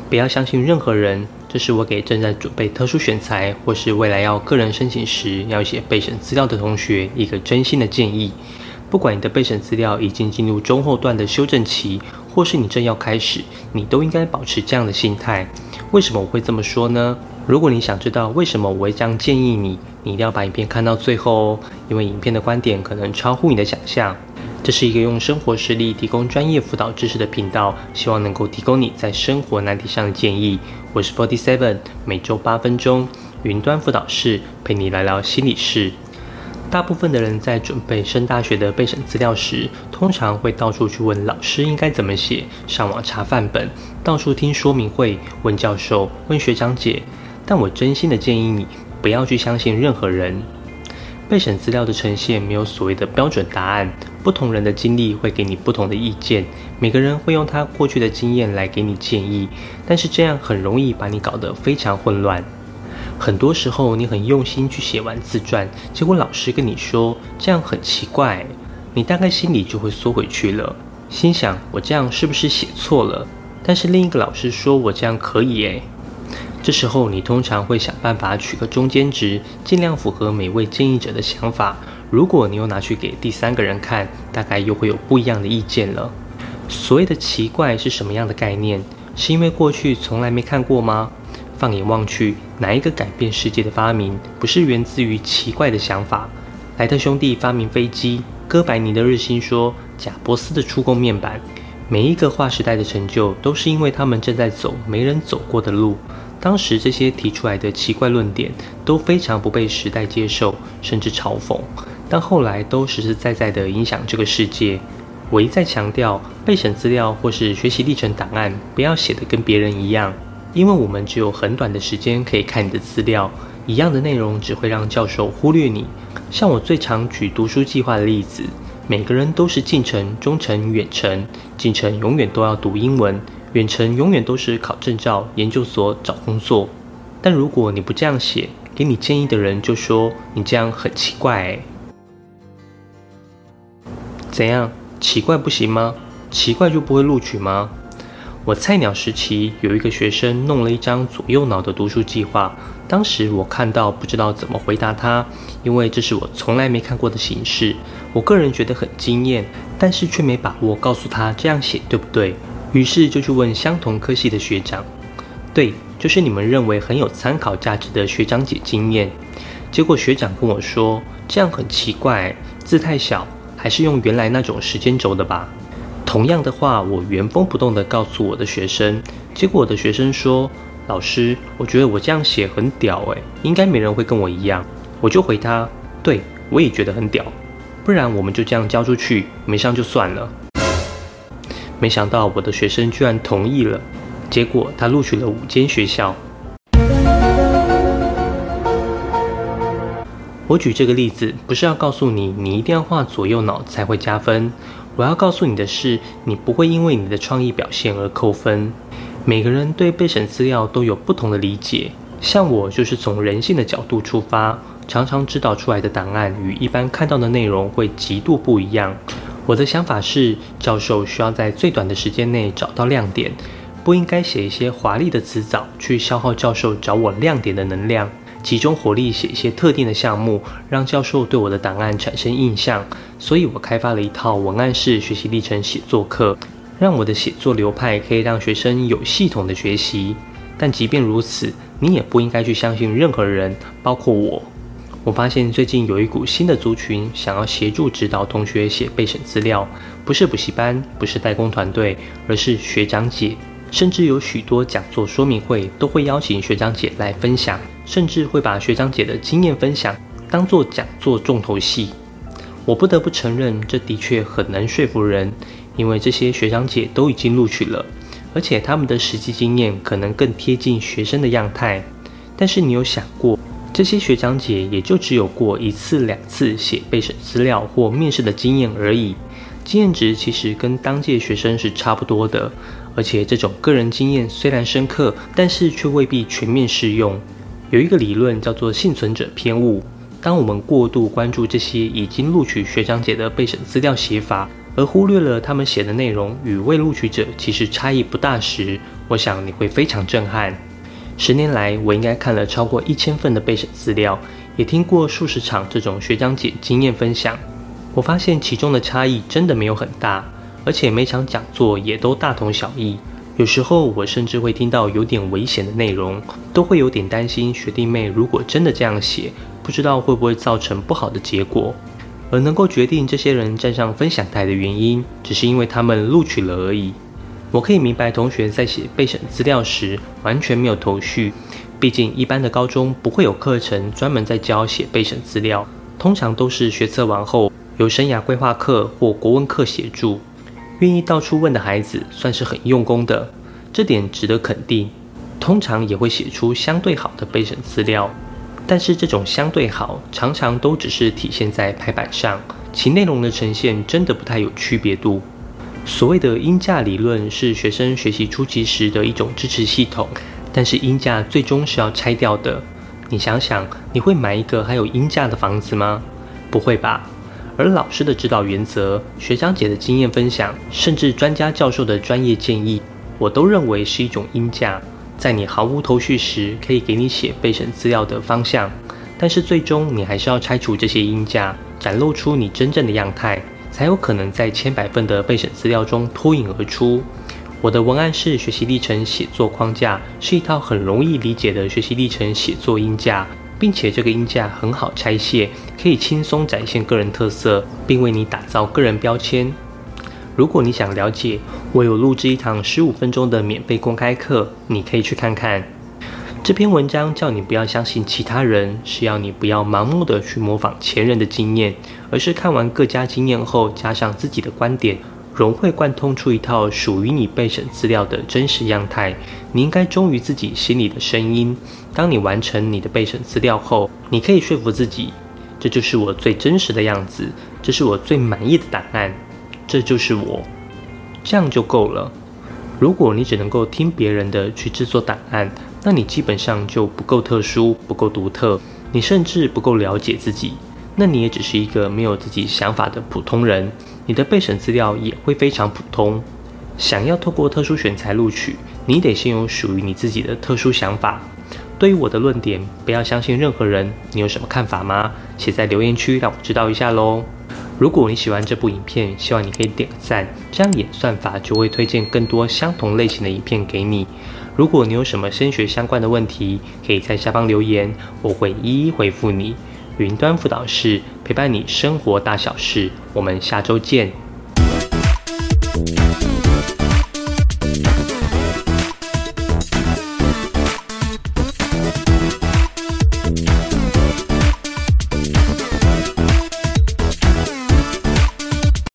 不要相信任何人，这是我给正在准备特殊选才或是未来要个人申请时要写备审资料的同学一个真心的建议。不管你的备审资料已经进入中后段的修正期，或是你正要开始，你都应该保持这样的心态。为什么我会这么说呢？如果你想知道为什么我会这样建议你，你一定要把影片看到最后哦，因为影片的观点可能超乎你的想象。这是一个用生活实例提供专业辅导知识的频道，希望能够提供你在生活难题上的建议。我是47，每周8分钟，云端辅导室陪你聊聊心理事。大部分的人在准备升大学的备审资料时，通常会到处去问老师应该怎么写，上网查范本，到处听说明会，问教授，问学长姐。但我真心的建议你，不要去相信任何人。备审资料的呈现没有所谓的标准答案，不同人的经历会给你不同的意见，每个人会用他过去的经验来给你建议，但是这样很容易把你搞得非常混乱。很多时候你很用心去写完自传，结果老师跟你说这样很奇怪，你大概心里就会缩回去了，心想我这样是不是写错了？但是另一个老师说我这样可以耶。这时候你通常会想办法取个中间值，尽量符合每位建议者的想法。如果你又拿去给第三个人看，大概又会有不一样的意见了。所谓的奇怪是什么样的概念？是因为过去从来没看过吗？放眼望去，哪一个改变世界的发明不是源自于奇怪的想法？莱特兄弟发明飞机，哥白尼的日心说，贾伯斯的触控面板，每一个划时代的成就都是因为他们正在走没人走过的路。当时这些提出来的奇怪论点都非常不被时代接受，甚至嘲讽，但后来都实实在在地影响这个世界。我一再强调，备审资料或是学习历程档案不要写得跟别人一样，因为我们只有很短的时间可以看你的资料，一样的内容只会让教授忽略你。像我最常举读书计划的例子，每个人都是近程、中程、远程，近程永远都要读英文，远程永远都是考证照、研究所、找工作。但如果你不这样写，给你建议的人就说你这样很奇怪耶。怎样？奇怪不行吗？奇怪就不会录取吗？我菜鸟时期有一个学生弄了一张左右脑的读书计划，当时我看到不知道怎么回答他，因为这是我从来没看过的形式。我个人觉得很惊艳，但是却没把握告诉他这样写对不对。于是就去问相同科系的学长，对，就是你们认为很有参考价值的学长姐经验。结果学长跟我说，这样很奇怪，字太小，还是用原来那种时间轴的吧。同样的话，我原封不动地告诉我的学生，结果我的学生说，老师，我觉得我这样写很屌耶，应该没人会跟我一样。我就回他，对，我也觉得很屌，不然我们就这样交出去，没上就算了。没想到我的学生居然同意了，结果他录取了5间学校。我举这个例子不是要告诉你，你一定要画左右脑才会加分。我要告诉你的是，你不会因为你的创意表现而扣分。每个人对备审资料都有不同的理解，像我就是从人性的角度出发，常常指导出来的档案与一般看到的内容会极度不一样。我的想法是，教授需要在最短的时间内找到亮点，不应该写一些华丽的词藻去消耗教授找我亮点的能量，集中火力写一些特定的项目，让教授对我的档案产生印象。所以我开发了一套文案式学习历程写作课，让我的写作流派可以让学生有系统的学习。但即便如此，你也不应该去相信任何人，包括我。我发现最近有一股新的族群想要协助指导同学写备审资料，不是补习班，不是代工团队，而是学长姐。甚至有许多讲座说明会都会邀请学长姐来分享，甚至会把学长姐的经验分享当作讲座重头戏。我不得不承认，这的确很难说服人，因为这些学长姐都已经录取了，而且他们的实际经验可能更贴近学生的样态。但是你有想过，这些学长姐也就只有过1次2次写备审资料或面试的经验而已，经验值其实跟当届学生是差不多的，而且这种个人经验虽然深刻，但是却未必全面适用。有一个理论叫做幸存者偏误，当我们过度关注这些已经录取学长姐的备审资料写法，而忽略了他们写的内容与未录取者其实差异不大时， 我想你会非常震撼。10年来，我应该看了超过1000份的备审资料，也听过数十场这种学长姐经验分享。我发现其中的差异真的没有很大，而且每场讲座也都大同小异。有时候我甚至会听到有点危险的内容，都会有点担心学弟妹如果真的这样写，不知道会不会造成不好的结果。而能够决定这些人站上分享台的原因，只是因为他们录取了而已。我可以明白同学在写备审资料时完全没有头绪，毕竟一般的高中不会有课程专门在教写备审资料，通常都是学测完后由生涯规划课或国文课协助。愿意到处问的孩子算是很用功的，这点值得肯定。通常也会写出相对好的备审资料，但是这种相对好常常都只是体现在排版上，其内容的呈现真的不太有区别度。所谓的音价理论是学生学习初级时的一种支持系统，但是音价最终是要拆掉的。你想想，你会买一个还有音价的房子吗？不会吧。而老师的指导原则、学长姐的经验分享，甚至专家教授的专业建议，我都认为是一种音价，在你毫无头绪时可以给你写备审资料的方向，但是最终你还是要拆除这些音价，展露出你真正的样态，才有可能在千百份的备审资料中脱颖而出。我的文案式学习历程写作框架是一套很容易理解的学习历程写作音架，并且这个音架很好拆卸，可以轻松展现个人特色，并为你打造个人标签。如果你想了解，我有录制一堂15分钟的免费公开课，你可以去看看。这篇文章叫你不要相信其他人，是要你不要盲目的去模仿前人的经验，而是看完各家经验后，加上自己的观点，融会贯通出一套属于你备审资料的真实样态。你应该忠于自己心里的声音。当你完成你的备审资料后，你可以说服自己，这就是我最真实的样子，这是我最满意的答案，这就是我，这样就够了。如果你只能够听别人的去制作档案，那你基本上就不够特殊，不够独特，你甚至不够了解自己，那你也只是一个没有自己想法的普通人，你的备审资料也会非常普通。想要透过特殊选才录取，你得先有属于你自己的特殊想法。对于我的论点，不要相信任何人，你有什么看法吗？写在留言区让我知道一下咯。如果你喜欢这部影片，希望你可以点个赞，这样演算法就会推荐更多相同类型的影片给你。如果你有什么升学相关的问题，可以在下方留言，我会一一回复你。云端辅导室陪伴你生活大小事，我们下周见。